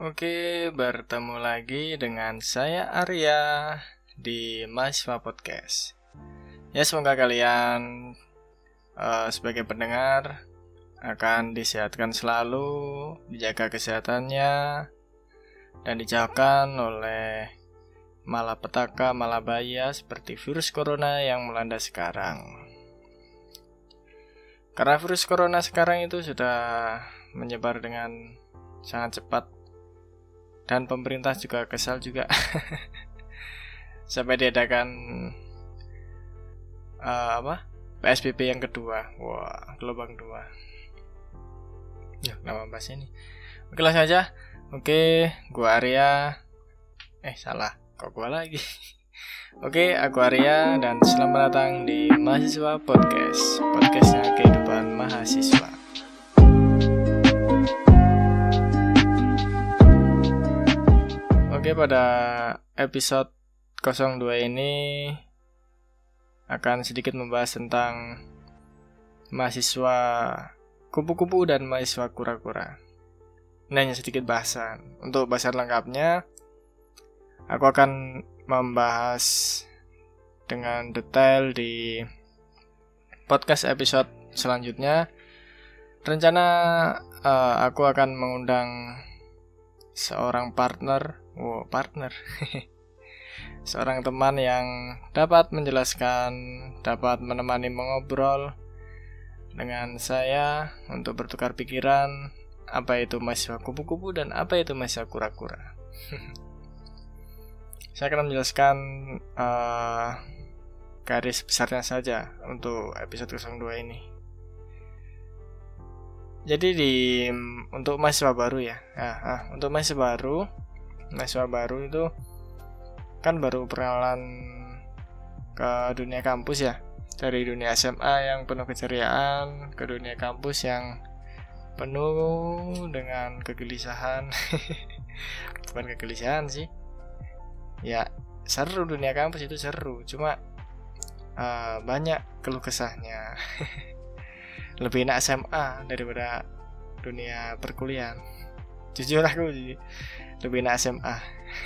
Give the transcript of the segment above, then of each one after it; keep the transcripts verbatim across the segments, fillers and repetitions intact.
Oke, bertemu lagi dengan saya Arya di Mahasiswa Podcast. Ya, semoga kalian uh, sebagai pendengar akan disehatkan selalu, dijaga kesehatannya, dan dijauhkan oleh malapetaka, malabaya seperti virus corona yang melanda sekarang. Karena virus corona sekarang itu sudah menyebar dengan sangat cepat. Dan pemerintah juga kesal juga sampai diadakan uh, apa P S B B yang kedua. Wah, gelombang dua. Ya, nama bahas ini. Oke, langsung aja. Oke, gua Arya. Eh, salah. Kok gua lagi? Oke, aku Arya dan selamat datang di Mahasiswa Podcast. Podcastnya kehidupan mahasiswa. Oke, pada episode nol dua ini akan sedikit membahas tentang mahasiswa kupu-kupu dan mahasiswa kura-kura. Ini hanya sedikit bahasan. Untuk bahasan lengkapnya, aku akan membahas dengan detail di podcast episode selanjutnya. Rencana uh, aku akan mengundang seorang partner Wow, partner seorang teman yang dapat menjelaskan, dapat menemani mengobrol dengan saya untuk bertukar pikiran apa itu mahasiswa kupu-kupu dan apa itu mahasiswa kura-kura. Saya akan menjelaskan uh, garis besarnya saja untuk episode nol dua ini. Jadi di untuk mahasiswa baru ya, nah, ah, untuk mahasiswa baru mahasiswa baru itu kan baru perkenalan ke dunia kampus ya. Dari dunia S M A yang penuh keceriaan ke dunia kampus yang penuh dengan kegelisahan. Bukan kegelisahan sih. Ya, seru dunia kampus itu seru, cuma uh, banyak keluh kesahnya. Lebih enak S M A daripada dunia perkuliahan. Jujur aku sih lebih enak S M A.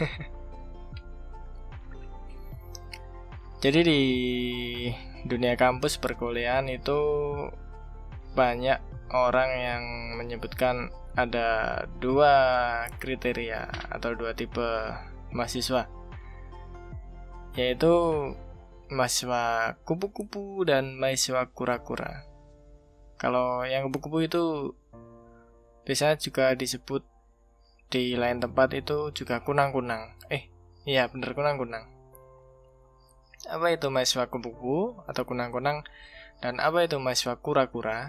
Jadi di dunia kampus perkuliahan itu banyak orang yang menyebutkan ada dua kriteria atau dua tipe mahasiswa, yaitu mahasiswa kupu-kupu dan mahasiswa kura-kura. Kalau yang kupu-kupu itu biasanya juga disebut di lain tempat itu juga kunang-kunang. Eh, iya bener kunang-kunang. Apa itu mahasiswa kupu-kupu atau kunang-kunang? Dan apa itu mahasiswa kura-kura?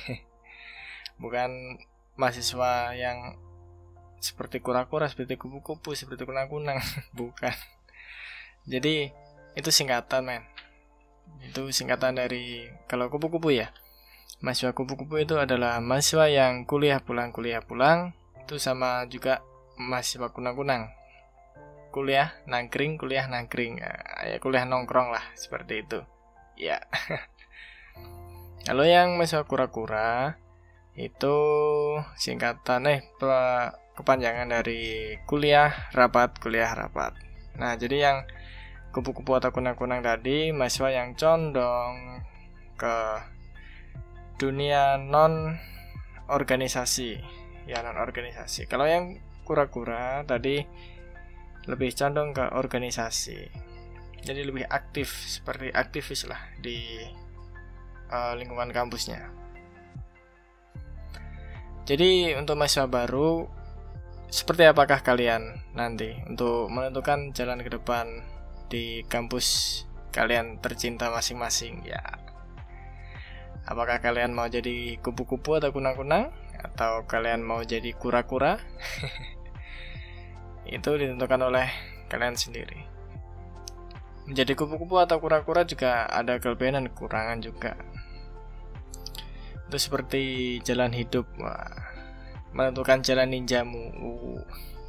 Bukan mahasiswa yang seperti kura-kura, seperti kupu-kupu, seperti kunang-kunang. Bukan. Jadi itu singkatan, men. Itu singkatan dari, kalau kupu-kupu ya, mahasiswa kupu-kupu itu adalah mahasiswa yang kuliah pulang, kuliah pulang. Itu sama juga mahasiswa kunang-kunang, kuliah nangkring, kuliah nangkring, ya kuliah nongkrong lah, seperti itu ya. Kalau yang mahasiswa kura-kura itu singkatan eh kepanjangan dari kuliah rapat, kuliah rapat. Nah, jadi yang kupu-kupu atau kunang-kunang tadi mahasiswa yang condong ke dunia non organisasi, ya non organisasi. Kalau yang kura-kura tadi lebih condong ke organisasi, jadi lebih aktif, seperti aktivis lah di uh, lingkungan kampusnya. Jadi untuk mahasiswa baru, seperti apakah kalian nanti untuk menentukan jalan ke depan di kampus kalian tercinta masing-masing ya? Apakah kalian mau jadi kupu-kupu atau kunang-kunang? Atau kalian mau jadi kura-kura? Itu ditentukan oleh kalian sendiri. Menjadi kupu-kupu atau kura-kura juga ada kelebihan dan kekurangan juga. Itu seperti jalan hidup. Wah, menentukan jalan ninjamu. uh.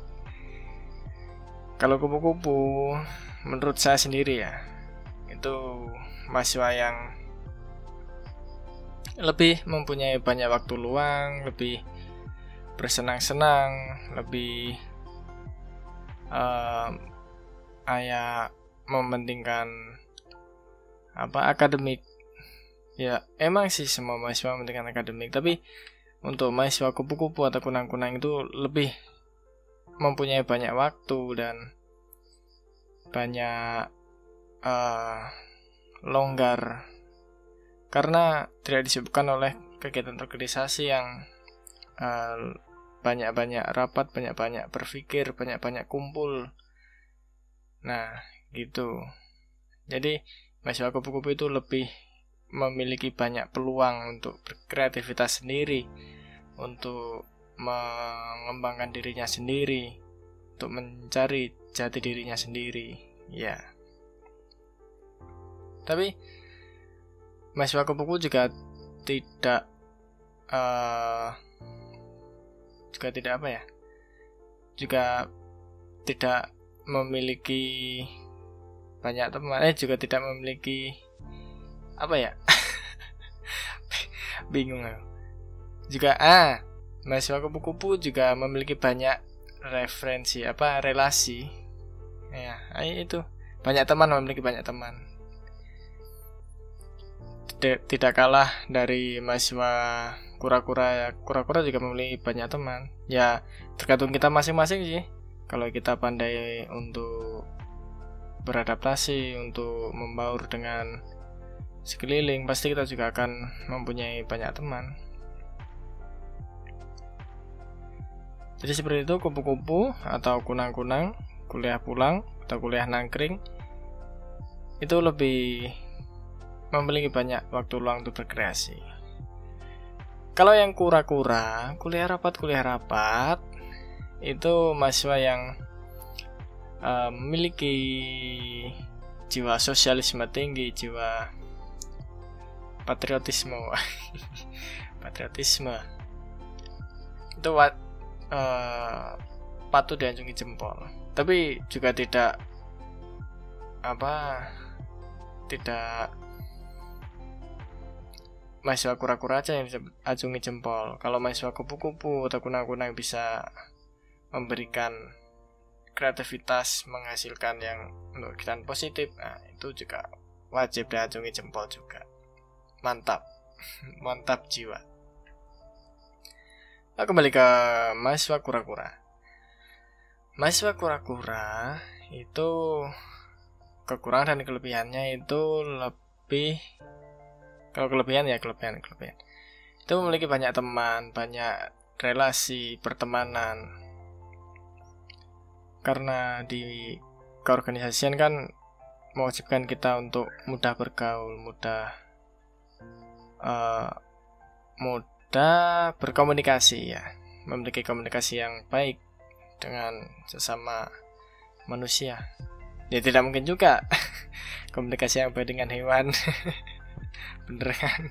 Kalau kupu-kupu, menurut saya sendiri ya, itu mahasiswa yang lebih mempunyai banyak waktu luang, lebih bersenang-senang, lebih uh, kayak mementingkan apa akademik. Ya emang sih semua mahasiswa mementingkan akademik, tapi untuk mahasiswa kupu-kupu atau kunang-kunang itu lebih mempunyai banyak waktu dan banyak uh, longgar karena tidak disibukkan oleh kegiatan organisasi yang uh, banyak-banyak rapat, banyak-banyak berpikir, banyak-banyak kumpul. Nah, gitu. Jadi, mahasiswa kupu-kupu itu lebih memiliki banyak peluang untuk berkreativitas sendiri, untuk mengembangkan dirinya sendiri, untuk mencari jati dirinya sendiri. Ya. Tapi mahasiswa kupu-kupu juga tidak uh, juga tidak apa ya? Juga tidak memiliki banyak teman. Eh juga tidak memiliki apa ya? Bingung aku. Juga ah, mahasiswa kupu-kupu juga memiliki banyak referensi apa relasi. Ya, itu. Banyak teman, memiliki banyak teman. Tidak kalah dari mahasiswa kura-kura ya, kura-kura juga memiliki banyak teman. Ya, tergantung kita masing-masing sih. Kalau kita pandai untuk beradaptasi, untuk membaur dengan sekeliling, pasti kita juga akan mempunyai banyak teman. Jadi seperti itu kupu-kupu atau kunang-kunang, kuliah pulang atau kuliah nangkring itu lebih memiliki banyak waktu luang untuk berkreasi. Kalau yang kura-kura, kuliah rapat, kuliah rapat, itu mahasiswa yang uh, memiliki jiwa sosialisme tinggi, jiwa patriotisme, patriotisme. Itu wat, uh, patut diacungi jempol. Tapi juga tidak apa, tidak mahasiswa kura-kura aja yang bisa acungi jempol. Kalau mahasiswa kupu-kupu atau kunang-kunang bisa memberikan kreativitas, menghasilkan yang untuk kegiatan positif, nah itu juga wajib diacungi jempol juga. Mantap. Mantap jiwa. Nah, kembali ke mahasiswa kura-kura. Mahasiswa kura-kura itu kekurangan dan kelebihannya itu lebih, kalau kelebihan ya kelebihan kelebihan itu memiliki banyak teman, banyak relasi pertemanan. Karena di keorganisasian kan mewajibkan kita untuk mudah bergaul, mudah uh, mudah berkomunikasi ya, memiliki komunikasi yang baik dengan sesama manusia. Ya tidak mungkin juga komunikasi yang baik dengan hewan. Bener kan?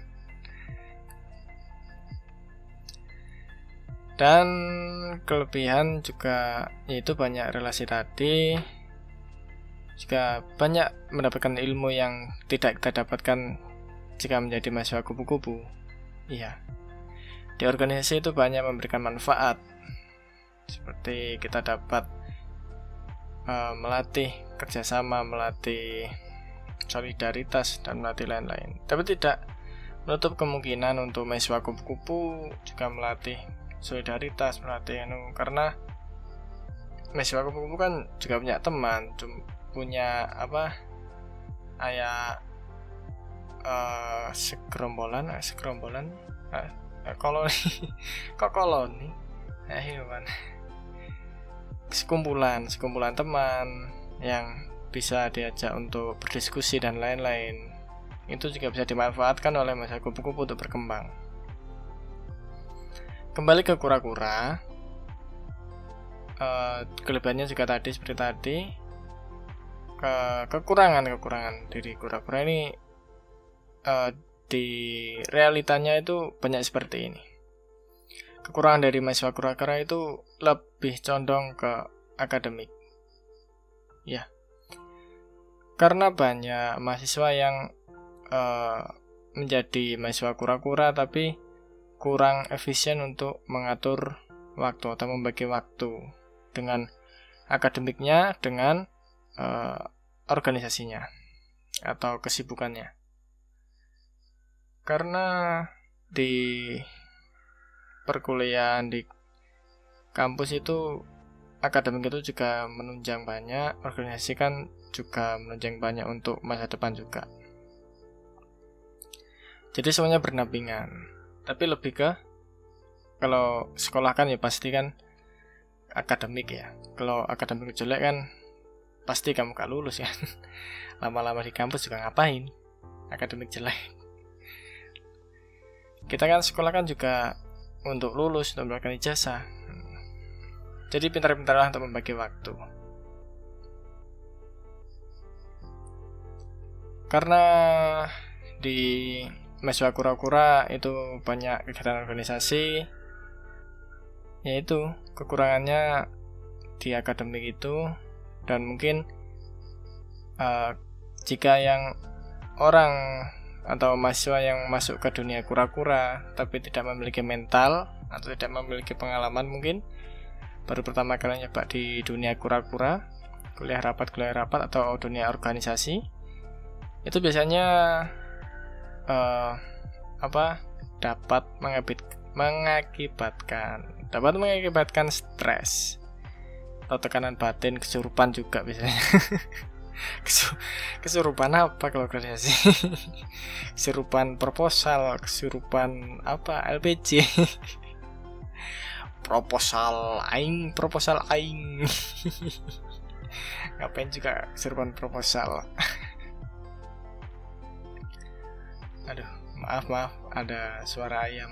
Dan kelebihan juga yaitu banyak relasi tadi, juga banyak mendapatkan ilmu yang tidak kita dapatkan jika menjadi mahasiswa kupu-kupu. Iya, di organisasi itu banyak memberikan manfaat, seperti kita dapat uh, melatih kerjasama, melatih solidaritas, dan melatih lain-lain. Tapi tidak menutup kemungkinan untuk mahasiswa kupu-kupu juga melatih solidaritas, melatih anu, karena mahasiswa kupu-kupu kan juga punya teman, punya apa kayak uh, segerombolan, uh, segerombolan, uh, koloni, kok koloni, eh hewan, sekumpulan, sekumpulan teman yang bisa diajak untuk berdiskusi dan lain-lain. Itu juga bisa dimanfaatkan oleh mahasiswa kupu-kupu untuk berkembang. Kembali ke kura-kura, uh, kelebihannya juga tadi seperti tadi. Ke kekurangan-kekurangan dari kura-kura ini uh, di realitanya itu banyak seperti ini. Kekurangan dari mahasiswa kura-kura itu lebih condong ke akademik. Ya. Karena banyak mahasiswa yang uh, menjadi mahasiswa kura-kura tapi kurang efisien untuk mengatur waktu atau membagi waktu dengan akademiknya dengan uh, organisasinya atau kesibukannya. Karena di perkuliahan di kampus itu akademik itu juga menunjang banyak, organisasi kan juga menunjang banyak untuk masa depan juga. Jadi semuanya berdampingan. Tapi lebih ke kalau sekolah kan ya pasti kan akademik ya. Kalau akademik jelek kan pasti kamu gak lulus ya. Lama-lama di kampus juga ngapain? Akademik jelek. Kita kan sekolah kan juga untuk lulus, untuk mendapatkan ijazah. Jadi pintar-pintarlah untuk membagi waktu. Karena di mahasiswa kura-kura itu banyak kegiatan organisasi, yaitu kekurangannya di akademik itu. Dan mungkin uh, jika yang orang atau mahasiswa yang masuk ke dunia kura-kura tapi tidak memiliki mental atau tidak memiliki pengalaman, mungkin baru pertama kali nyoba di dunia kura-kura, kuliah rapat, kuliah rapat atau dunia organisasi, itu biasanya uh, apa dapat mengabit, mengakibatkan dapat mengakibatkan stres atau tekanan batin, kesurupan juga biasanya. Kesurupan apa kalau organisasi? Kesurupan proposal, kesurupan apa L P G. Proposal aing, proposal aing. Ngapain juga kesurupan proposal? Aduh, maaf maaf ada suara ayam.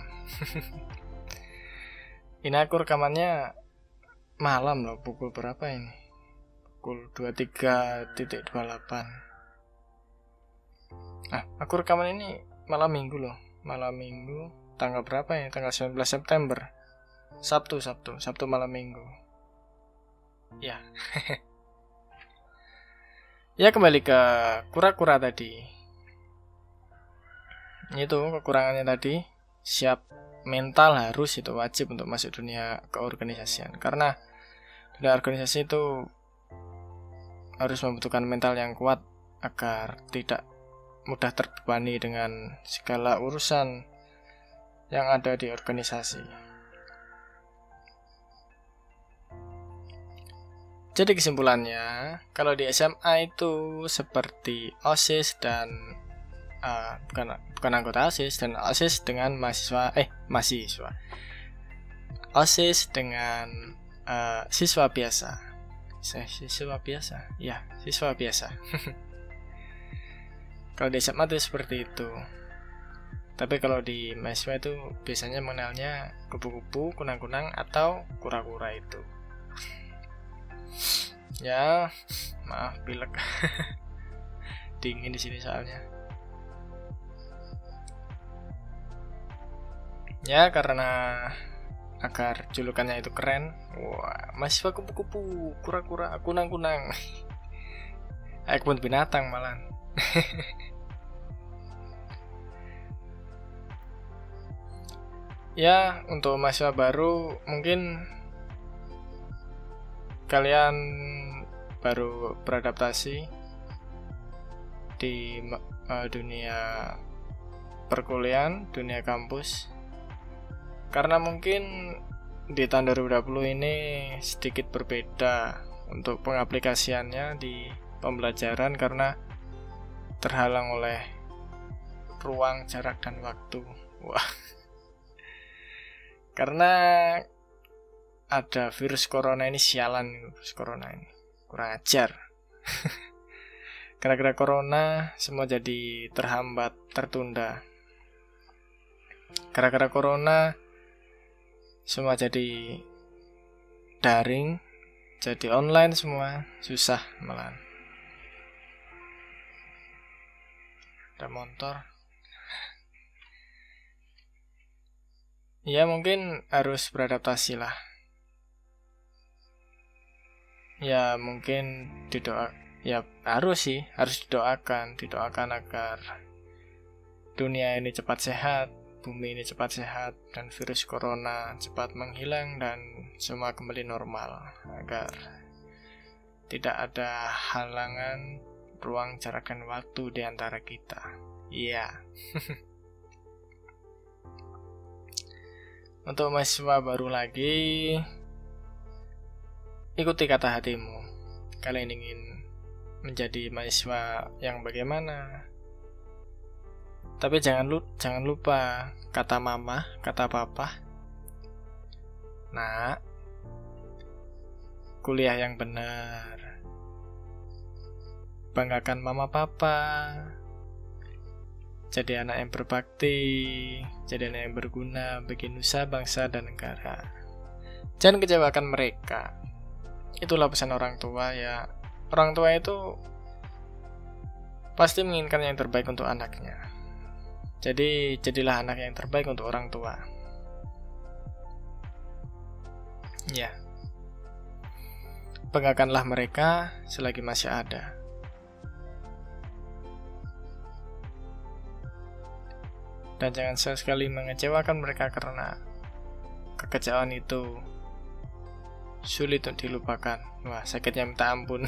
Ini aku rekamannya malam loh, pukul berapa ini? Pukul dua puluh tiga dua puluh delapan. Nah, aku rekaman ini malam minggu loh. Malam minggu tanggal berapa ya? Tanggal sembilan belas September. Sabtu, Sabtu, Sabtu malam minggu. Ya. Ya, kembali ke kura-kura tadi. Itu kekurangannya tadi. Siap mental harus itu wajib untuk masuk dunia keorganisasian. Karena dunia organisasi itu harus membutuhkan mental yang kuat agar tidak mudah terbebani dengan segala urusan yang ada di organisasi. Jadi kesimpulannya, kalau di S M A itu seperti OSIS dan uh, bukan bukan anggota OSIS dan OSIS dengan mahasiswa eh mahasiswa. OSIS dengan uh, siswa biasa. Siswa biasa, ya siswa biasa. Kalau di S M A itu seperti itu. Tapi kalau di mahasiswa itu biasanya mengenalnya kupu-kupu, kunang-kunang atau kura-kura itu. Ya, maaf pilek. Dingin di sini soalnya. Ya karena agar julukannya itu keren. Wah, mahasiswa kupu-kupu, kura-kura, kunang-kunang. Eh, kebun binatang malah. Ya, untuk mahasiswa baru mungkin kalian baru beradaptasi di uh, dunia perkuliahan, dunia kampus. Karena mungkin di tahun dua ribu dua puluh ini sedikit berbeda untuk pengaplikasiannya di pembelajaran karena terhalang oleh ruang, jarak, dan waktu. Wah. Karena ada virus corona ini, sialan virus corona ini. Kurang ajar. Gara-gara corona semua jadi terhambat, tertunda. Gara-gara corona semua jadi daring, jadi online semua, susah malah. Ada motor. Ya mungkin harus beradaptasi lah. Ya mungkin didoa, ya harus sih, harus didoakan, didoakan agar dunia ini cepat sehat, bumi ini cepat sehat dan virus corona cepat menghilang dan semua kembali normal, agar tidak ada halangan, ruang, jarak, dan waktu di antara kita. Iya. Untuk mahasiswa baru lagi, ikuti kata hatimu. Kalian ingin menjadi mahasiswa yang bagaimana? Tapi jangan lupa, jangan lupa kata mama, kata papa. Nak, kuliah yang benar. Banggakan mama papa. Jadi anak yang berbakti, jadi anak yang berguna bagi nusa, bangsa, dan negara. Jangan kecewakan mereka. Itulah pesan orang tua ya. Orang tua itu pasti menginginkan yang terbaik untuk anaknya. Jadi, jadilah anak yang terbaik untuk orang tua. Ya. Banggakanlah mereka selagi masih ada. Dan jangan sekali mengecewakan mereka karena kekecewaan itu sulit untuk dilupakan. Wah, sakitnya minta ampun.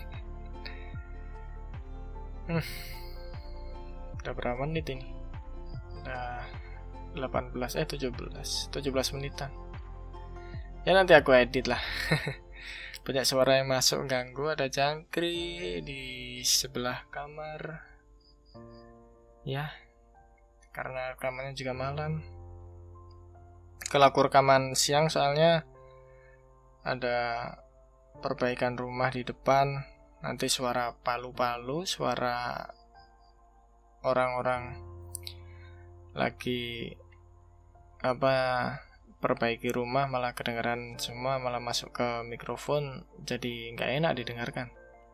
hmm. Udah berapa menit ini? Udah delapan belas, eh tujuh belas tujuh belas menitan. Ya nanti aku edit lah. Banyak suara yang masuk ganggu. Ada jangkrik di sebelah kamar. Ya, karena rekamannya juga malam. Kalau aku rekaman siang soalnya ada perbaikan rumah di depan. Nanti suara palu-palu, suara orang-orang lagi apa perbaiki rumah malah kedengaran semua, malah masuk ke mikrofon, jadi nggak enak didengarkan.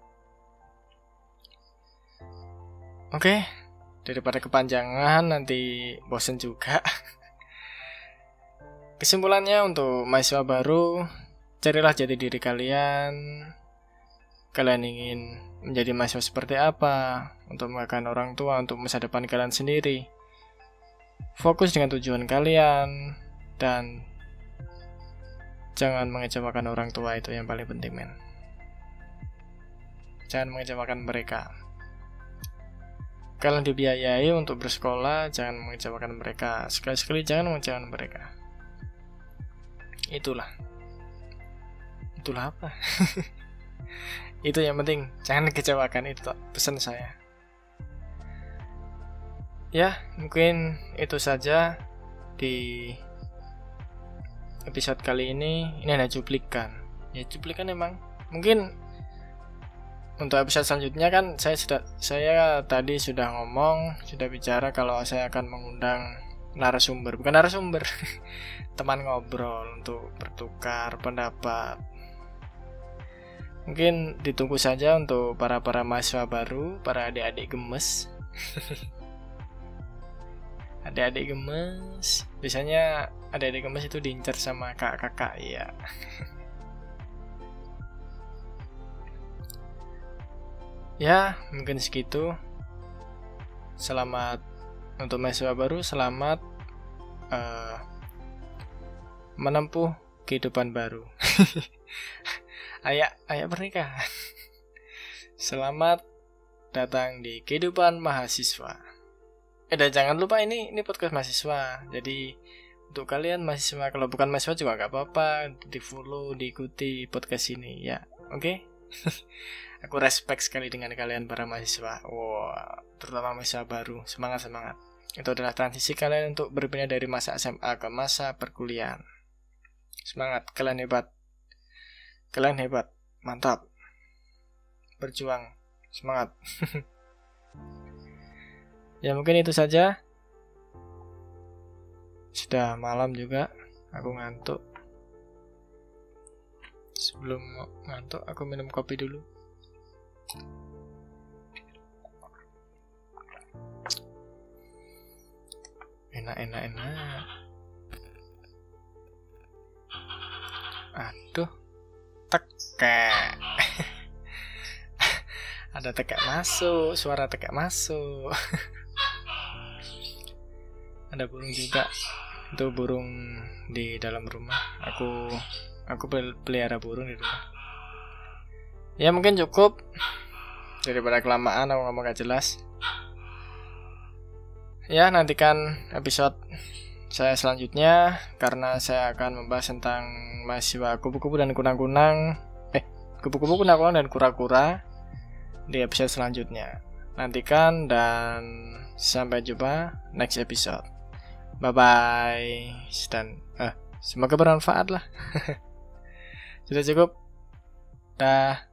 Oke, daripada kepanjangan nanti bosen juga. Kesimpulannya untuk mahasiswa baru, carilah jati diri kalian. Kalian ingin menjadi mahasiswa seperti apa, untuk membanggakan orang tua, untuk masa depan kalian sendiri. Fokus dengan tujuan kalian dan jangan mengecewakan orang tua, itu yang paling penting, men. Jangan mengecewakan mereka. Kalian dibiayai untuk bersekolah, jangan mengecewakan mereka. Sekali-sekali jangan mengecewakan mereka. Itulah. Itulah apa? Itu yang penting, jangan kecewakan, itu pesan saya. Ya, mungkin itu saja di episode kali ini. Ini hanya cuplikan. Ya, cuplikan emang. Mungkin untuk episode selanjutnya kan saya sudah saya tadi sudah ngomong, sudah bicara kalau saya akan mengundang narasumber, bukan narasumber. Teman ngobrol untuk bertukar pendapat. Mungkin ditunggu saja untuk para-para mahasiswa baru, para adik-adik gemes. Adik-adik gemes, biasanya adik-adik gemes itu diincar sama kakak-kakak, ya. Ya, mungkin segitu. Selamat untuk mahasiswa baru, selamat uh, menempuh kehidupan baru. Ayak, ayak pernikahan. Selamat datang di kehidupan mahasiswa. Eh, dan jangan lupa ini ini podcast mahasiswa. Jadi untuk kalian mahasiswa, kalau bukan mahasiswa juga nggak apa-apa, di follow, diikuti podcast ini, ya. Oke? Okay? Aku respect sekali dengan kalian para mahasiswa. Wow, terutama mahasiswa baru. Semangat semangat. Itu adalah transisi kalian untuk berpindah dari masa S M A ke masa perkuliahan. Semangat, kalian hebat. Kalian hebat, mantap. Berjuang, semangat. Ya mungkin itu saja. Sudah malam juga, aku ngantuk. Sebelum ngantuk, aku minum kopi dulu. Enak, enak, enak. Aduh, tekek. Ada tekek masuk, suara tekek masuk. ada burung juga. Itu burung di dalam rumah. Aku aku pel- pelihara burung di rumah. Ya mungkin cukup, daripada kelamaan aku ngomong gak jelas. Ya, nantikan episode saya selanjutnya, karena saya akan membahas tentang mahasiswa kupu-kupu dan kunang-kunang. Eh, kupu-kupu, kunang-kunang dan kura-kura di episode selanjutnya. Nantikan dan sampai jumpa next episode. Bye bye. Dan eh, semoga bermanfaat lah. Sudah cukup. Dah.